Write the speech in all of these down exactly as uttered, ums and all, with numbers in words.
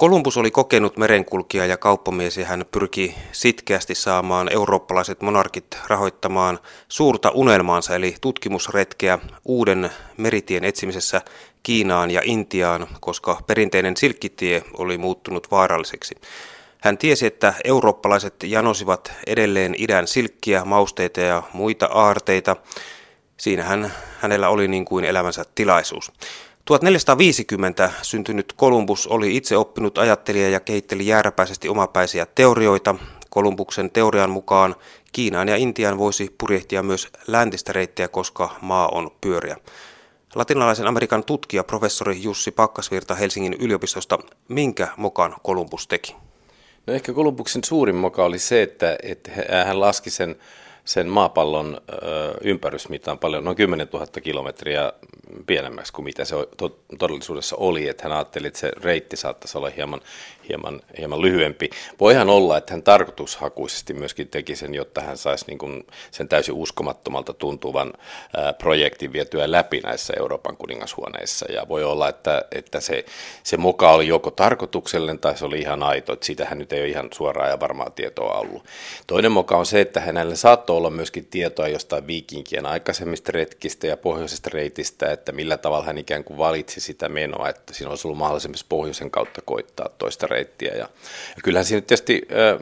Kolumbus oli kokenut merenkulkija ja kauppamies ja hän pyrki sitkeästi saamaan eurooppalaiset monarkit rahoittamaan suurta unelmaansa eli tutkimusretkeä uuden meritien etsimisessä Kiinaan ja Intiaan, koska perinteinen silkkitie oli muuttunut vaaralliseksi. Hän tiesi, että eurooppalaiset janosivat edelleen idän silkkiä, mausteita ja muita aarteita. Siinähän hänellä oli niin kuin elämänsä tilaisuus. tuhatneljäsataaviisikymmentä syntynyt Kolumbus oli itse oppinut ajattelija ja kehitteli jääräpäisesti omapäisiä teorioita. Kolumbuksen teorian mukaan Kiinaan ja Intiaan voisi purjehtia myös läntistä reittiä, koska maa on pyöreä. Latinalaisen Amerikan tutkija professori Jussi Pakkasvirta Helsingin yliopistosta, minkä mokan Kolumbus teki? No ehkä Kolumbuksen suurin moka oli se, että, että hän laski sen, sen maapallon ö, ympärysmitaan paljon, noin kymmenen tuhatta kilometriä pienemmäksi kuin mitä se to, todellisuudessa oli. Että hän ajatteli, että se reitti saattaisi olla hieman, hieman, hieman lyhyempi. Voihan olla, että hän tarkoitushakuisesti myöskin teki sen, jotta hän saisi niin kuin sen täysin uskomattomalta tuntuvan ää, projektin vietyä läpi näissä Euroopan kuningashuoneissa. Ja voi olla, että, että se, se moka oli joko tarkoituksellinen tai se oli ihan aito. Että siitähän nyt ei ole ihan suoraa ja varmaa tietoa ollut. Toinen moka on se, että hänellä saattoi olla myöskin tietoa jostain viikinkien aikaisemmista retkistä ja pohjoisesta reitistä, että millä tavalla hän ikään kuin valitsi sitä menoa, että siinä olisi ollut mahdollisuus pohjoisen kautta koittaa toista reittiä. Ja, ja kyllähän siinä tietysti,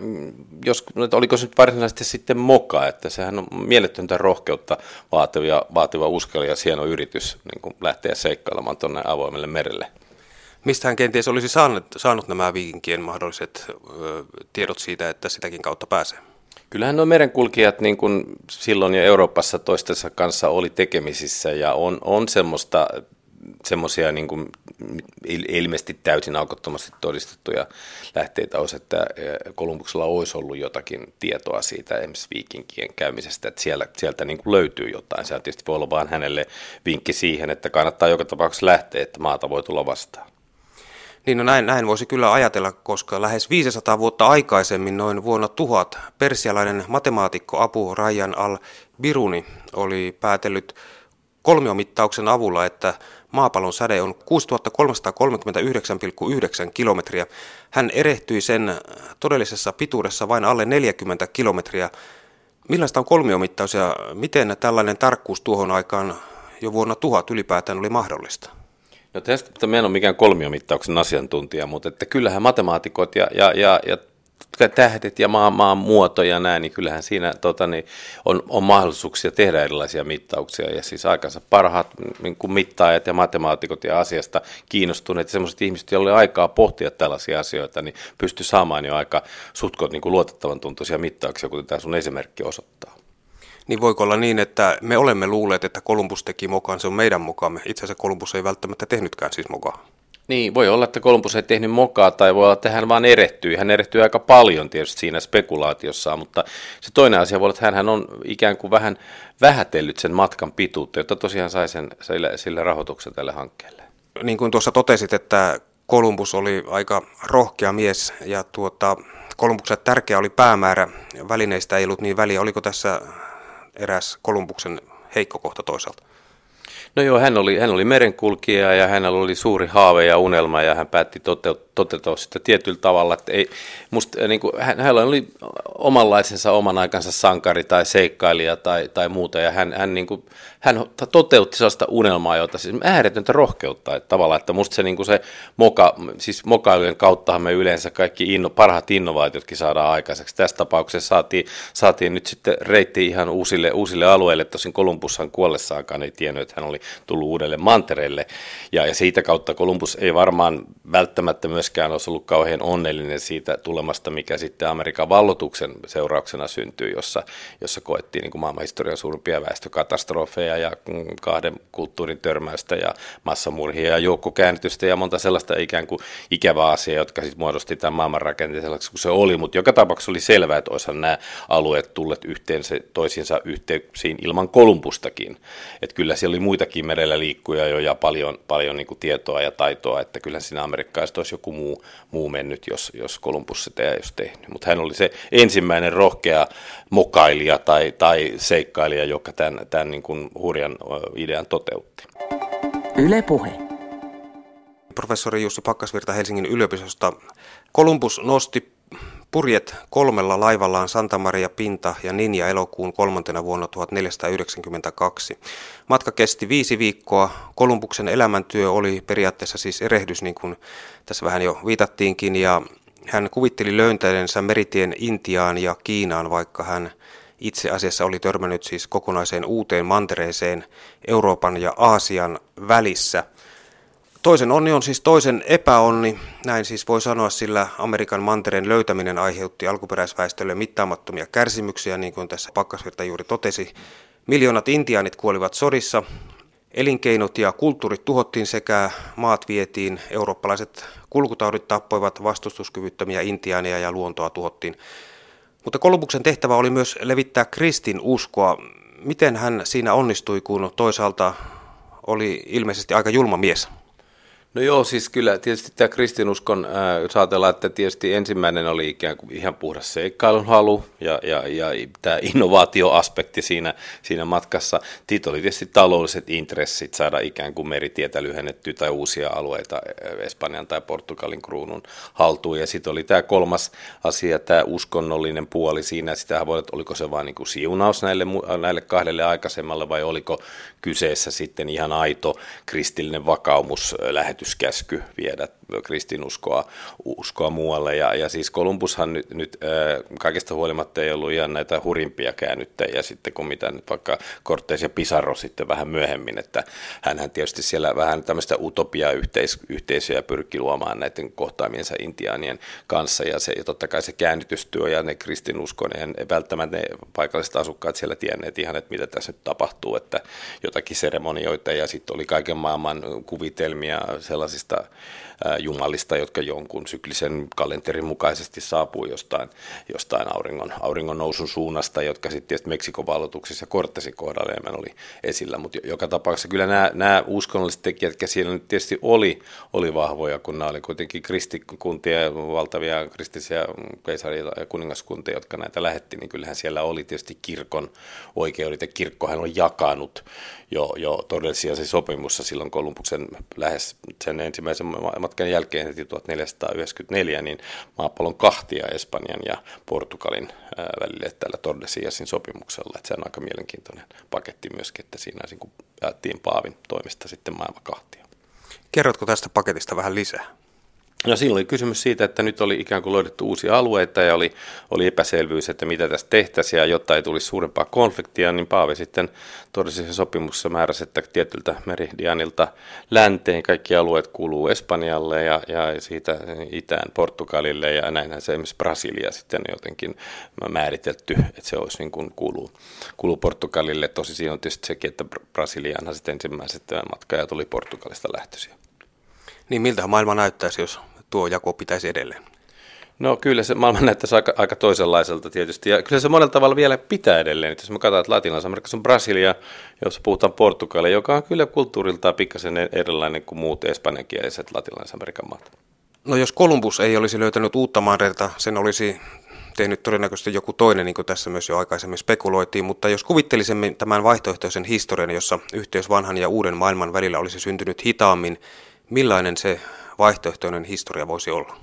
jos, oliko se nyt varsinaisesti sitten moka, että sehän on mieletöntä rohkeutta vaativa, vaativa uskallus ja hieno yritys niin kuin lähteä seikkailemaan tuonne avoimelle merelle. Mistä hän kenties olisi saanut, saanut nämä viikinkien mahdolliset ö, tiedot siitä, että sitäkin kautta pääsee? Kyllähän nuo merenkulkijat niin kuin silloin jo Euroopassa toistensa kanssa oli tekemisissä ja on, on semmoista, semmoisia niin kuin ilmeisesti täysin aukottomasti todistettuja lähteitä olisi, että Kolumbuksella olisi ollut jotakin tietoa siitä esimerkiksi viikinkien käymisestä, että siellä, sieltä niin kuin löytyy jotain. Se tietysti voi olla vaan hänelle vinkki siihen, että kannattaa joka tapauksessa lähteä, että maata voi tulla vastaan. Niin no näin, näin voisi kyllä ajatella, koska lähes viisisataa vuotta aikaisemmin, noin vuonna tuhat, persialainen matemaatikko Abu Rayyan al-Biruni oli päätellyt kolmiomittauksen avulla, että maapallon säde on kuusituhatta kolmesataakolmekymmentäyhdeksän pilkku yhdeksän kilometriä. Hän erehtyi sen todellisessa pituudessa vain alle neljäkymmentä kilometriä. Millaista on kolmiomittaus ja miten tällainen tarkkuus tuohon aikaan jo vuonna tuhat ylipäätään oli mahdollista? No tästä minä en ole mikään kolmiomittauksen asiantuntija, mutta että kyllähän matemaatikot ja, ja, ja, ja tähdet ja maan, maan muoto ja näin, niin kyllähän siinä tota, niin on, on mahdollisuuksia tehdä erilaisia mittauksia. Ja siis aikansa parhaat niin kuin mittaajat ja matemaatikot ja asiasta kiinnostuneet, sellaiset ihmiset, joilla oli aikaa pohtia tällaisia asioita, niin pystyi saamaan jo aika sutkot niin kuin luotettavan tuntuisia mittauksia, kuten tämä sun esimerkki osoittaa. Niin voiko olla niin, että me olemme luulleet, että Kolumbus teki mokaan, se on meidän mokamme. Itse asiassa Kolumbus ei välttämättä tehnytkään siis mokaa. Niin, voi olla, että Kolumbus ei tehnyt mokaa tai voi olla, että hän vaan erehtyi. Hän erehtyi aika paljon tietysti siinä spekulaatiossa, mutta se toinen asia voi olla, että hän on ikään kuin vähän vähätellyt sen matkan pituutta, jotta tosiaan sai sen, sille, sille rahoituksen tälle hankkeelle. Niin kuin tuossa totesit, että Kolumbus oli aika rohkea mies ja tuota, Kolumbuksen tärkeä oli päämäärä, välineistä ei ollut niin väliä. Oliko tässä eräs Kolumbuksen heikko kohta toisaalta? No joo, hän oli, hän oli merenkulkija ja hänellä oli suuri haave ja unelma ja hän päätti toteut- toteuttaa sitä tietyllä tavalla. Että ei, musta, niin kuin, hän, hänellä oli omanlaisensa oman aikansa sankari tai seikkailija tai, tai muuta ja hän, hän, niin kuin, hän toteutti sellaista unelmaa, jota siis ääretöntä rohkeutta. Että tavallaan, että musta se, niin kuin se moka, siis mokailujen kauttahan me yleensä kaikki inno, parhaat innovaatiotkin saadaan aikaiseksi. Tässä tapauksessa saatiin, saatiin nyt sitten reitti ihan uusille, uusille alueille. Tosin Kolumbushan kuollessaankaan ei tiennyt, että hän oli tullut uudelle mantereelle. Ja, ja siitä kautta Kolumbus ei varmaan välttämättä myöskään olisi ollut kauhean onnellinen siitä tulemasta, mikä sitten Amerikan valloituksen seurauksena syntyi, jossa, jossa koettiin niin kuin maailmanhistorian suurimpia väestökatastrofeja ja kahden kulttuurin törmäystä ja massamurhia ja joukkokäännytystä ja monta sellaista ikään kuin ikävää asiaa, jotka sitten muodosti tämän maailman rakenteen sellaiseksi kuin se oli. Mutta joka tapauksessa oli selvää, että olisihan nämä alueet tulleet yhteen toisiinsa yhteyksiin ilman Kolumbustakin. Että kyllä siellä oli muitakin merellä liikkuja jo ja paljon, paljon niin kuin tietoa ja taitoa, että kyllä siinä amerikkalaiset olisi joku muu, muu mennyt, jos, jos Kolumbus sitä ei olisi tehnyt. Mutta hän oli se ensimmäinen rohkea mokailija tai, tai seikkailija, joka tämän, tämän niin kuin hurjan idean toteutti. Yle Puhe. Professori Jussi Pakkasvirta Helsingin yliopistosta. Columbus nosti purjet kolmella laivallaan Santa Maria Pinta ja Ninja elokuun kolmantena vuonna tuhatneljäsataayhdeksänkymmentäkaksi. Matka kesti viisi viikkoa. Columbuksen elämäntyö oli periaatteessa siis erehdys, niin kuin tässä vähän jo viitattiinkin, ja hän kuvitteli löytäneensä meritien Intiaan ja Kiinaan, vaikka hän itse asiassa oli törmännyt siis kokonaiseen uuteen mantereeseen Euroopan ja Aasian välissä. Toisen onni on siis toisen epäonni, näin siis voi sanoa, sillä Amerikan mantereen löytäminen aiheutti alkuperäisväestölle mittaamattomia kärsimyksiä, niin kuin tässä Pakkasvirta juuri totesi. Miljoonat intiaanit kuolivat sodissa, elinkeinot ja kulttuurit tuhottiin sekä maat vietiin, eurooppalaiset kulkutaudit tappoivat vastustuskyvyttömiä intiaaneja ja luontoa tuhottiin. Mutta Columbuksen tehtävä oli myös levittää kristin uskoa. Miten hän siinä onnistui, kun toisaalta oli ilmeisesti aika julma mies? No joo, siis kyllä tietysti tämä kristinuskon, ää, jos ajatellaan, että tietysti ensimmäinen oli ikään kuin ihan puhdas seikkailun halu ja, ja, ja tämä innovaatioaspekti siinä, siinä matkassa. Sitten oli tietysti taloudelliset intressit saada ikään kuin meritietä lyhennettyä tai uusia alueita Espanjan tai Portugalin kruunun haltuun. Ja sitten oli tämä kolmas asia, tämä uskonnollinen puoli siinä. Sitähän voi olla, että oliko se vain niin kuin siunaus näille, näille kahdelle aikaisemmalle vai oliko kyseessä sitten ihan aito kristillinen vakaumus lähetys. Käsky viedä kristinuskoa uskoa muualle. Ja, ja siis Columbushan nyt, nyt äh, kaikesta huolimatta ei ollut ihan näitä hurimpia käännyttäjiä sitten kuin mitä nyt vaikka Cortés ja Pizarro sitten vähän myöhemmin, että hänhän tietysti siellä vähän tämmöistä utopia-yhteisöjä pyrki luomaan näiden kohtaamiensa intiaanien kanssa ja se ja totta kai se käännytystyö ja ne kristinuskon, ei välttämättä ne paikalliset asukkaat siellä tienneet ihan, että mitä tässä nyt tapahtuu, että jotakin seremonioita ja sitten oli kaiken maailman kuvitelmia sellaisista ää, jumalista, jotka jonkun syklisen kalenterin mukaisesti saapuu jostain, jostain auringon, auringon nousun suunnasta, jotka sitten tietysti Meksikon valloituksissa ja Cortésin kohdalla enemmän oli esillä, mutta joka tapauksessa kyllä nämä, nämä uskonnolliset tekijät, jotka siellä nyt tietysti oli, oli vahvoja, kun nämä oli kuitenkin kristikuntia ja valtavia kristillisiä keisaria ja kuningaskuntia, jotka näitä lähetti, niin kyllähän siellä oli tietysti kirkon oikeudet ja kirkkohan on jakanut jo, jo todellisia se sopimussa silloin Columbuksen lähes sen ensimmäisen matkan jälkeen heti tuhatneljäsataayhdeksänkymmentäneljä, niin maapallon kahtia Espanjan ja Portugalin ää, välille tällä Tordesiasin sopimuksella. Että se on aika mielenkiintoinen paketti myöskin, että siinä niin kuin jaettiin Paavin toimesta sitten maailma kahtia. Kerrotko tästä paketista vähän lisää? No siinä oli kysymys siitä, että nyt oli ikään kuin löydetty uusia alueita ja oli, oli epäselvyys, että mitä tässä tehtäisiin ja jotta ei tulisi suurempaa konfliktia, niin Paavi sitten todellisen sopimuksessa määräsi, että tietyltä meridianilta länteen kaikki alueet kuuluu Espanjalle ja, ja siitä itään Portugalille ja näinhän se esimerkiksi Brasilia sitten jotenkin määritelty, että se olisi niin kuin kuuluu, kuuluu Portugalille. Tosi siinä on tietysti sekin, että Brasiliaanhan sitten ensimmäiset matkajat oli Portugalista lähtöisiä. Niin miltä maailma näyttäisi, jos tuo jako pitäisi edelleen? No kyllä se maailma näyttäisi aika, aika toisenlaiselta tietysti, ja kyllä se monella tavalla vielä pitää edelleen. Jos me katsotaan, että Latinalaisessa Amerikassa on Brasilia, jossa puhutaan Portugalia, joka on kyllä kulttuuriltaan pikkasen erilainen kuin muut espanjankieliset Latinalaisen Amerikan maat. No jos Columbus ei olisi löytänyt uutta mannerta, sen olisi tehnyt todennäköisesti joku toinen, niin kuin tässä myös jo aikaisemmin spekuloitiin, mutta jos kuvittelisimme tämän vaihtoehtoisen historian, jossa yhteys vanhan ja uuden maailman välillä olisi syntynyt hitaammin, millainen se vaihtoehtoinen historia voisi olla?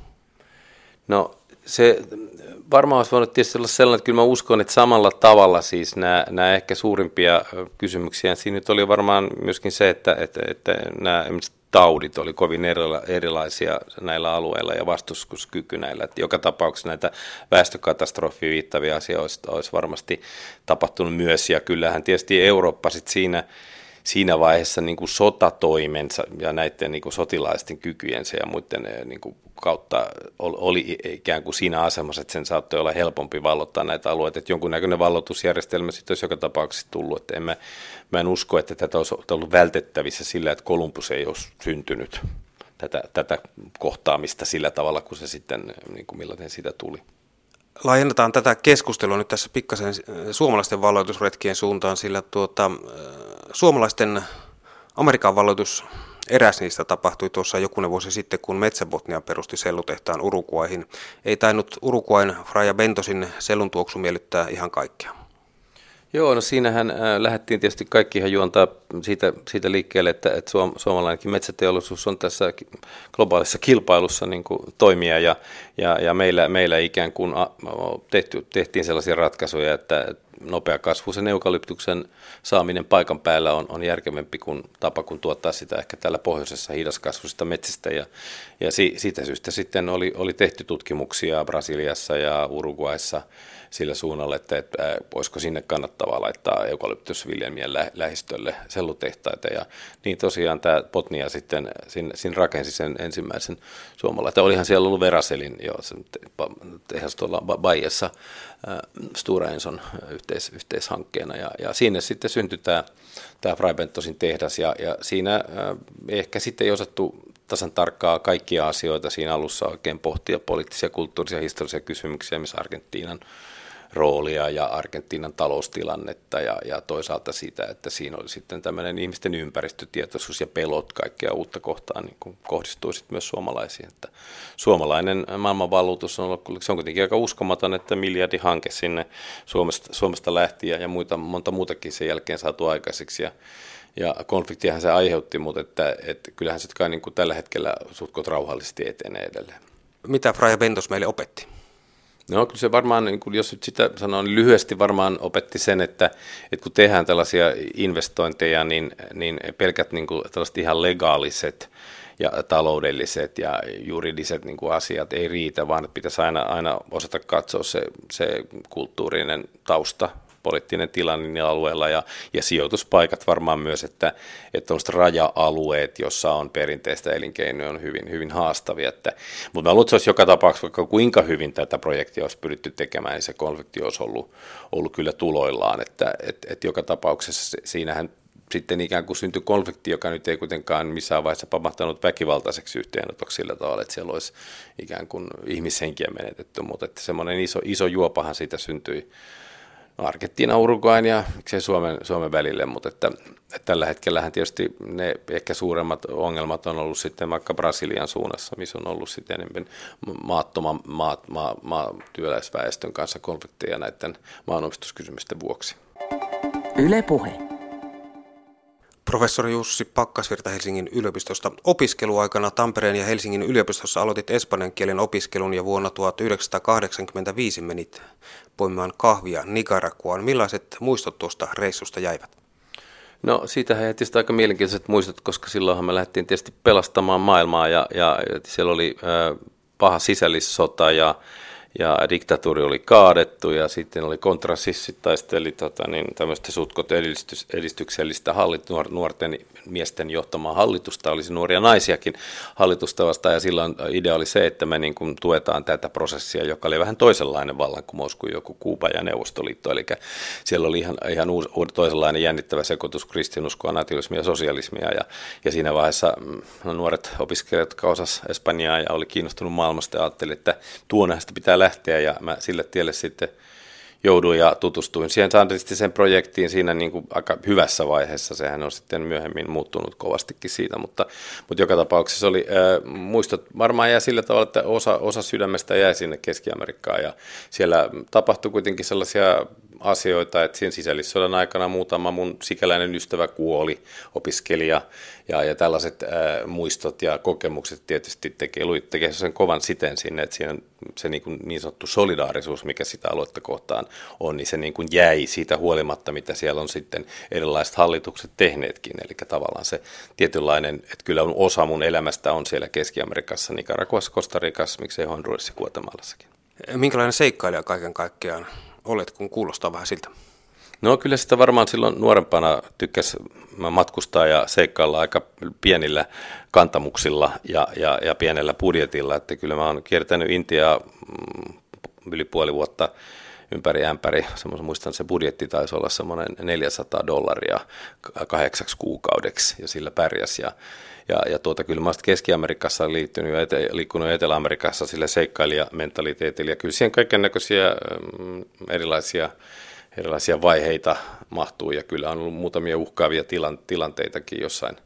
No se varmaan olisi voinut tietysti olla sellainen, että kyllä mä uskon, että samalla tavalla siis nämä, nämä ehkä suurimpia kysymyksiä. Siinä nyt oli varmaan myöskin se, että, että, että nämä taudit oli kovin erilaisia näillä alueilla ja vastustuskyky näillä. Että joka tapauksessa näitä väestökatastrofiin viittavia asioita olisi, olisi varmasti tapahtunut myös ja kyllähän tietysti Eurooppa sitten siinä Siinä vaiheessa niin kuin sotatoimensa ja näiden niin kuin sotilaisten kykyjensä ja muiden niin kuin kautta oli ikään kuin siinä asemassa, että sen saattoi olla helpompi vallottaa näitä alueita. Että jonkunnäköinen vallotusjärjestelmä sitten olisi joka tapauksessa tullut. Että en mä, mä en usko, että tätä olisi ollut vältettävissä sillä, että Columbus ei olisi syntynyt tätä, tätä kohtaamista sillä tavalla, kun se sitten, niin kuin millainen siitä tuli. Laajennetaan tätä keskustelua nyt tässä pikkasen suomalaisten valloitusretkien suuntaan, sillä tuota, suomalaisten Amerikan valloitus, eräs niistä tapahtui tuossa jokunen vuosi sitten, kun Metsä-Botnia perusti sellutehtaan Uruguayhin. Ei tainnut Uruguayn Fraya Bentosin sellun tuoksu miellyttää ihan kaikkea. Joo, no siinähän äh, lähdettiin tietysti kaikkihan juontaa siitä, siitä liikkeelle, että, että suom, suomalainenkin metsäteollisuus on tässä globaalissa kilpailussa niin kuin toimija ja, ja, ja meillä, meillä ikään kuin a, tehty, tehtiin sellaisia ratkaisuja, että nopea kasvuisen eukalyptuksen saaminen paikan päällä on, on järkevämpi kuin tapa kuin tuottaa sitä ehkä täällä pohjoisessa hidaskasvuisista metsistä ja, ja si, siitä syystä sitten oli, oli tehty tutkimuksia Brasiliassa ja Uruguayssa sillä suunnalla, että, että olisiko sinne kannattavaa laittaa eukalyptusviljelmien lä- lähistölle sellutehtaita. Ja niin tosiaan tämä Botnia sitten siinä, siinä rakensi sen ensimmäisen suomalaisen. Olihan siellä ollut Veraselin jo tehdas tuolla Baiessa Stora Enson yhteis, yhteishankkeena. Ja, ja siinä sitten syntyi tämä, tämä Fray Bentosin tehdas ja, ja siinä äh, ehkä sitten ei osattu tasan tarkkaa kaikkia asioita siinä alussa oikein pohtia poliittisia, kulttuurisia, historiallisia kysymyksiä, missä Argentiinan roolia ja Argentiinan taloustilannetta ja, ja toisaalta siitä, että siinä oli sitten tämmöinen ihmisten ympäristötietoisuus ja pelot kaikkea uutta kohtaan niin kuin kohdistuu sitten myös suomalaisiin. Että suomalainen maailmanvalluutus on ollut, se on kuitenkin aika uskomaton, että miljardihanke sinne Suomesta, Suomesta lähti ja, ja muita, monta muutakin sen jälkeen saatu aikaiseksi ja Ja konfliktiahan se aiheutti, mutta että, että kyllähän se kai niin kuin tällä hetkellä suhtkot rauhallisesti etenee edelleen. Mitä Fray Bentos meille opetti? No kyllä se varmaan, niin kuin jos nyt sitä sanoo, niin lyhyesti varmaan opetti sen, että, että kun tehdään tällaisia investointeja, niin, niin pelkät niin kuin tällaiset ihan legaaliset ja taloudelliset ja juridiset niin kuin asiat ei riitä, vaan että pitäisi aina, aina osata katsoa se, se kulttuurinen tausta, poliittinen tilanne niillä alueella ja, ja sijoituspaikat varmaan myös, että, että on raja-alueet, jossa on perinteistä elinkeinoja, on hyvin, hyvin haastavia. Että, mutta mä luulen, että se olisi joka tapauksessa, vaikka kuinka hyvin tätä projektia olisi pyritty tekemään, niin se konflikti olisi ollut, ollut kyllä tuloillaan. Että et, et joka tapauksessa siinähän sitten ikään kuin syntyi konflikti, joka nyt ei kuitenkaan missään vaiheessa pamahtanut väkivaltaiseksi yhteenotoksi sillä tavalla, että siellä olisi ikään kuin ihmishenkiä menetetty, mutta että semmoinen iso, iso juopahan siitä syntyi Argentiina, Uruguayn ja miksei Suomen, Suomen välille, mutta että, että tällä hetkellähän tietysti ne ehkä suuremmat ongelmat on ollut sitten vaikka Brasilian suunnassa, missä on ollut sitten enemmän maattoman maa, maa, maa, työläisväestön kanssa konflikteja näiden maanomistuskysymysten vuoksi. Yle Puhe. Professori Jussi Pakkasvirta Helsingin yliopistosta. Opiskeluaikana Tampereen ja Helsingin yliopistossa aloitit espanjan kielen opiskelun ja vuonna tuhatyhdeksänsataakahdeksankymmentäviisi menit poimimaan kahvia Nicaraguaan. Millaiset muistot tuosta reissusta jäivät? No siitähän heti aika mielenkiintoiset muistot, koska silloinhan me lähdettiin tietysti pelastamaan maailmaa ja, ja siellä oli äh, paha sisällissota ja Ja diktatuuri oli kaadettu ja sitten oli kontrasissit taisteli tota, niin tämmöistä sutkot edistys, edistyksellistä hallit, nuor, nuorten miesten johtamaa hallitusta, olisi nuoria naisiakin hallitusta vastaan ja silloin idea oli se, että me niin kuin tuetaan tätä prosessia, joka oli vähän toisenlainen vallankumous kuin joku Kuuba ja Neuvostoliitto, eli siellä oli ihan, ihan uusi, toisenlainen jännittävä sekoitus kristinuskoa, nationalismia ja sosialismia ja, ja siinä vaiheessa no, nuoret opiskelijat, jotka osasivat espanjaa ja oli kiinnostunut maailmasta ja ajatteli, että tuonäistä pitää lähteä ja mä sille tielle sitten jouduin ja tutustuin. Siihen saan sitten sen projektiin siinä niin kuin aika hyvässä vaiheessa. Sehän on sitten myöhemmin muuttunut kovastikin siitä, mutta, mutta joka tapauksessa oli äh, muistot varmaan jää sillä tavalla, että osa, osa sydämestä jäi sinne Keski-Amerikkaan ja siellä tapahtui kuitenkin sellaisia asioita, että siinä sisällissodan aikana muutama mun sikäläinen ystävä kuoli, opiskelija ja, ja tällaiset ää, muistot ja kokemukset tietysti tekee, tekee sen kovan siten sinne, että siinä se niin, kuin niin sanottu solidaarisuus, mikä sitä aluetta kohtaan on, niin se niin kuin jäi siitä huolimatta, mitä siellä on sitten erilaiset hallitukset tehneetkin, eli tavallaan se tietynlainen, että kyllä on osa mun elämästä on siellä Keski-Amerikassa, Nicaraguassa, Costa Ricassa, miksei Hondurasissa, Guatemalassakin. Minkälainen seikkailija kaiken kaikkiaan olet, kun kuulostaa vähän siltä? No kyllä sitä varmaan silloin nuorempana tykkäsi matkustaa ja seikkailla aika pienillä kantamuksilla ja, ja, ja pienellä budjetilla, että kyllä mä oon kiertänyt Intiaa mm, yli puoli vuotta ympäri ämpäri, semmoisen muistan se budjetti taisi olla semmoinen neljäsataa dollaria kahdeksaksi kuukaudeksi ja sillä pärjäs ja Ja, ja tuota, kyllä mä olen Keski-Amerikassa liittynyt ja ete, liikkunut Etelä-Amerikassa sillä seikkailijamentaliteetillä. Ja kyllä siihen kaiken näköisiä mm, erilaisia, erilaisia vaiheita mahtuu ja kyllä on ollut muutamia uhkaavia tilan, tilanteitakin jossain,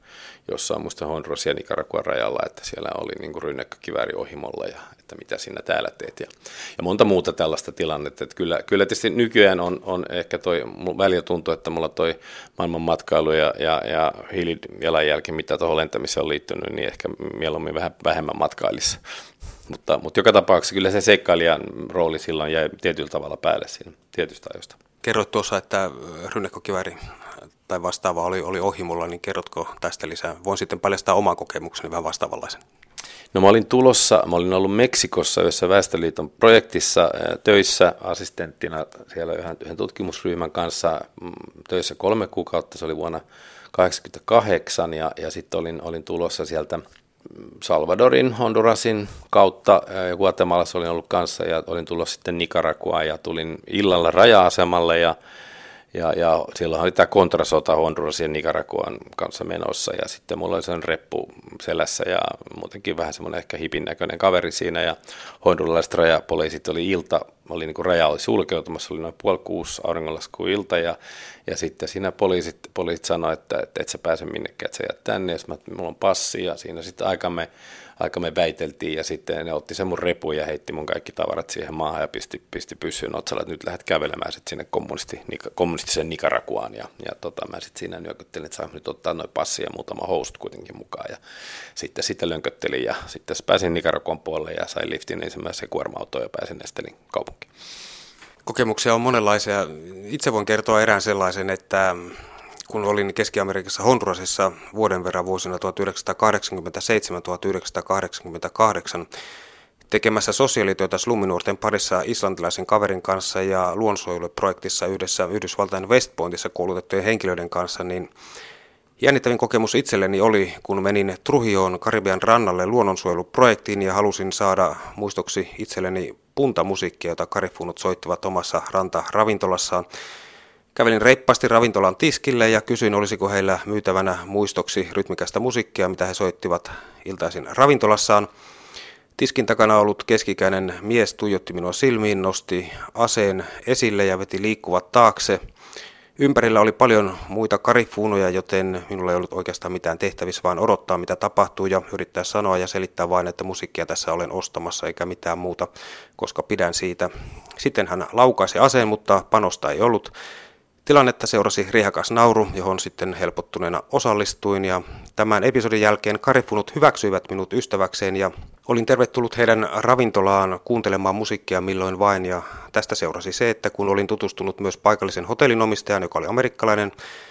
jossain muista Honduras ja Nicaraguan rajalla, että siellä oli niin kuin rynnäkkökivääri ohimolla ja että mitä sinä täällä teet ja, ja monta muuta tällaista tilannetta. Että kyllä, kyllä tietysti nykyään on, on ehkä toi, välillä tuntuu, että mulla toi maailman matkailu ja, ja, ja hiilijalanjälki, mitä tuohon lentämiseen on liittynyt, niin ehkä mieluummin vähän vähemmän matkailisi. Mutta, mutta joka tapauksessa kyllä se seikkailijan rooli silloin jäi tietyllä tavalla päälle siinä tietystä ajosta. Kerroit tuossa, että rynnäkkökivääri tai vastaava oli, oli ohimolla, niin kerrotko tästä lisää? Voin sitten paljastaa oman kokemukseni vähän vastaavanlaisen. No mä olin tulossa, mä olin ollut Meksikossa yhdessä Väestöliiton projektissa töissä assistenttina siellä yhden, yhden tutkimusryhmän kanssa töissä kolme kuukautta, se oli vuonna tuhatyhdeksänsataakahdeksankymmentäkahdeksan ja, ja sitten olin, olin tulossa sieltä Salvadorin, Hondurasin kautta ja Guatemalassa olin ollut kanssa ja olin tullut sitten Nicaraguaan ja tulin illalla raja-asemalle ja Ja, ja silloin oli tämä kontrasota Hondurasin ja Nicaraguan kanssa menossa ja sitten mulla oli sellainen reppu selässä ja muutenkin vähän semmoinen ehkä hipin näköinen kaveri siinä ja honduralaiset rajapoliisit oli ilta, oli niin kuin raja oli sulkeutumassa, oli noin puoli kuusi auringonlasku ilta ja, ja sitten siinä poliisit, poliisit sanoi, että, että et sä pääse minnekään, että sä jäät tänne ja mä, mulla on passi ja siinä sitten aikamme Aika me väiteltiin ja sitten ne otti sen mun repun ja heitti mun kaikki tavarat siihen maahan ja pisti, pisti pyssyyn otsalla, että nyt lähdet kävelemään sitten sinne kommunisti, kommunistiseen Nicaraguaan. Ja, ja tota, mä sitten siinä nyökyttelin, että saanko nyt ottaa noin passi ja muutama host kuitenkin mukaan. Ja sitten, sitten lönköttelin ja sitten pääsin Nicaraguan puolelle ja sain liftin ensimmäiseen kuorma-autoon ja pääsin Estelin kaupunkiin. Kokemuksia on monenlaisia. Itse voin kertoa erään sellaisen, että kun olin Keski-Amerikassa Hondurasissa vuoden verran vuosina tuhatyhdeksänsataakahdeksankymmentäseitsemän tuhatyhdeksänsataakahdeksankymmentäkahdeksan tekemässä sosiaalityötä slumminuorten parissa islantilaisen kaverin kanssa ja luonnonsuojeluprojektissa yhdessä Yhdysvaltain West Pointissa koulutettujen henkilöiden kanssa, niin jännittävin kokemus itselleni oli, kun menin Trujilloon Karibian rannalle luonnonsuojeluprojektiin ja halusin saada muistoksi itselleni puntamusiikkia, jota karifuunut soittivat omassa rantaravintolassaan. Kävelin reippaasti ravintolan tiskille ja kysyin, olisiko heillä myytävänä muistoksi rytmikästä musiikkia, mitä he soittivat iltaisin ravintolassaan. Tiskin takana ollut keskikäinen mies tuijotti minua silmiin, nosti aseen esille ja veti liikkuvat taakse. Ympärillä oli paljon muita karifuunoja, joten minulla ei ollut oikeastaan mitään tehtävissä, vaan odottaa mitä tapahtuu ja yrittää sanoa ja selittää vain, että musiikkia tässä olen ostamassa eikä mitään muuta, koska pidän siitä. Sitten hän laukaisi aseen, mutta panosta ei ollut. Tilannetta seurasi riehakas nauru, johon sitten helpottuneena osallistuin ja tämän episodin jälkeen karifuunut hyväksyivät minut ystäväkseen ja olin tervetullut heidän ravintolaan kuuntelemaan musiikkia milloin vain ja tästä seurasi se, että kun olin tutustunut myös paikallisen hotellin omistajan, joka oli amerikkalainen,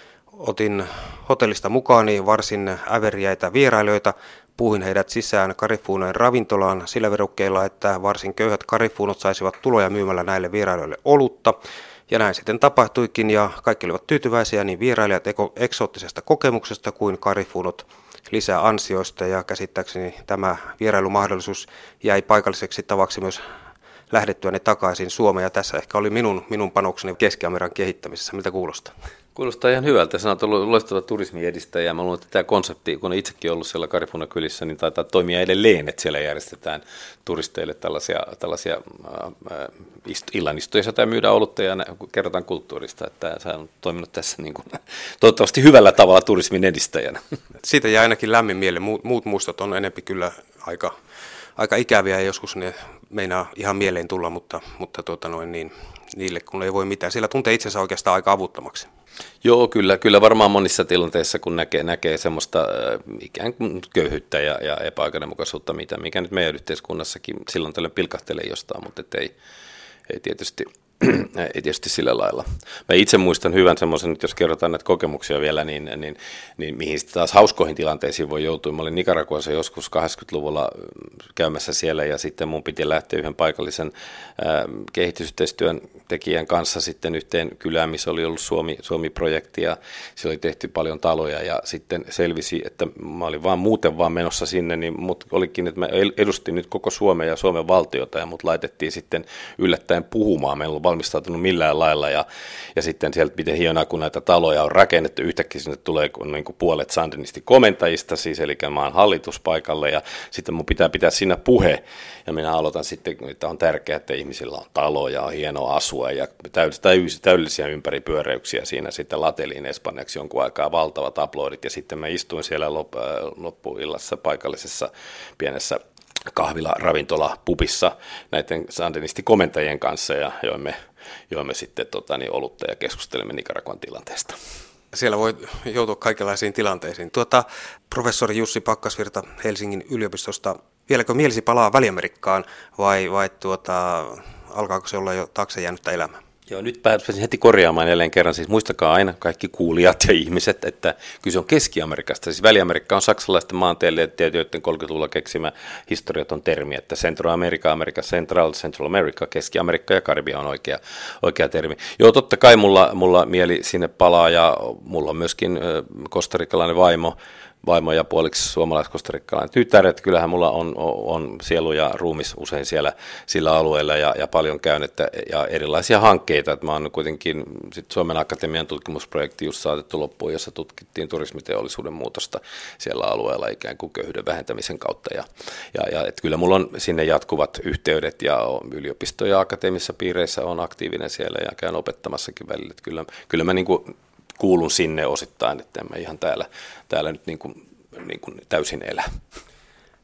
otin hotellista mukaani varsin äveriäitä vierailijoita, puhuin heidät sisään karifuunojen ravintolaan sillä verukkeilla, että varsin köyhät karifuunot saisivat tuloja myymällä näille vierailijoille olutta. Ja näin sitten tapahtuikin ja kaikki olivat tyytyväisiä niin vierailijat eksoottisesta kokemuksesta kuin karifuunot lisää ansioista ja käsittääkseni tämä vierailumahdollisuus jäi paikalliseksi tavaksi myös lähdettyäni takaisin Suomeen ja tässä ehkä oli minun, minun panokseni Keski-Amerikan kehittämisessä. Miltä kuulostaa? Kuulostaa ihan hyvältä. Sinä olet ollut loistava turismin edistäjä. Mä luulen, että tämä konsepti, kun olen itsekin ollut siellä Karifuunan kylissä, niin taitaa toimia edelleen, että siellä järjestetään turisteille tällaisia, tällaisia äh, illanistuja tai myydään olutta ja kerrotaan kulttuurista. Että sä on toiminut tässä niin kuin, toivottavasti hyvällä tavalla turismin edistäjänä. Siitä jää ainakin lämmin mieleen. Muut, muut muistot on enempi kyllä aika, aika ikäviä ja joskus ne meinaa ihan mieleen tulla, mutta, mutta tuota noin niin, niille kun ei voi mitään. Siellä tuntee itsensä oikeastaan aika avuttomaksi. Joo, kyllä, kyllä varmaan monissa tilanteissa, kun näkee, näkee semmoista äh, ikään kuin köyhyyttä ja, ja epäoikeudenmukaisuutta, mitä, mikä nyt meidän yhteiskunnassakin silloin tällöin pilkahtelee jostain, mutta ei, ei, tietysti, ei tietysti sillä lailla. Mä itse muistan hyvän semmoisen, jos kerrotaan näitä kokemuksia vielä, niin, niin, niin mihin sitten taas hauskoihin tilanteisiin voi joutua. Mä olin Nicaraguassa joskus kahdeksankymmentäluvulla käymässä siellä ja sitten mun piti lähteä yhden paikallisen äh, kehitysyhteistyön tekijän kanssa sitten yhteen kylään, missä oli ollut Suomi, Suomi-projekti ja siellä oli tehty paljon taloja ja sitten selvisi, että mä olin vaan muuten vaan menossa sinne, niin mut olikin, että mä edustin nyt koko Suomea ja Suomen valtiota ja mut laitettiin sitten yllättäen puhumaan. Meillä on valmistautunut millään lailla ja, ja sitten sieltä miten hienoa, kun näitä taloja on rakennettu, yhtäkkiä sinne tulee niin kuin puolet sandinistikomentajista, siis eli maan hallituspaikalle ja sitten mun pitää pitää siinä puhe ja minä aloitan sitten, että on tärkeää, että ihmisillä on taloja, on hienoa asua ja täydellisiä ympäripyöräyksiä siinä sitten lateliin espanjaksi jonkun aikaa valtavat aplodit ja sitten mä istuin siellä lop- loppuillassa paikallisessa pienessä kahvila, ravintola, pubissa näiden sandinistikomentajien kanssa ja joimme, joimme sitten tota, niin, olutta ja keskustelimme Nicaraguan tilanteesta. Siellä voi joutua kaikenlaisiin tilanteisiin. Tuota, professori Jussi Pakkasvirta Helsingin yliopistosta, vieläkö mielisi palaa Väli-Amerikkaan vai, vai tuota, alkaako se olla jo taakse jäänyttä elämää? Joo, nyt pääsin heti korjaamaan jälleen kerran, siis muistakaa aina kaikki kuulijat ja ihmiset, että kyse on Keski-Amerikasta, siis Väli-Amerikka on saksalaisten maantieteilijöiden kolmekymmentäluvulla keksimä historiaton termi, että Central America, America Central, Central America, Keski-Amerikka ja Karibia on oikea, oikea termi. Joo, totta kai mulla, mulla mieli sinne palaa ja mulla on myöskin äh, kostarikalainen vaimo, vaimo ja puoliksi suomalais-kostarikkalainen tytär, että kyllähän mulla on, on sielu ja ruumis usein siellä sillä alueella ja, ja paljon käynnettä ja erilaisia hankkeita. Että mä oon kuitenkin sit Suomen Akatemian tutkimusprojekti just saatettu loppuun, jossa tutkittiin turismiteollisuuden muutosta siellä alueella ikään kuin köyhyyden vähentämisen kautta. Ja, ja, ja että kyllä mulla on sinne jatkuvat yhteydet ja yliopisto- ja akateemisissa piireissä on aktiivinen siellä ja käyn opettamassakin välillä. Että kyllä, kyllä mä niin kuin kuulun sinne osittain, että en mä ihan täällä, täällä nyt niin kuin, niin kuin täysin elä.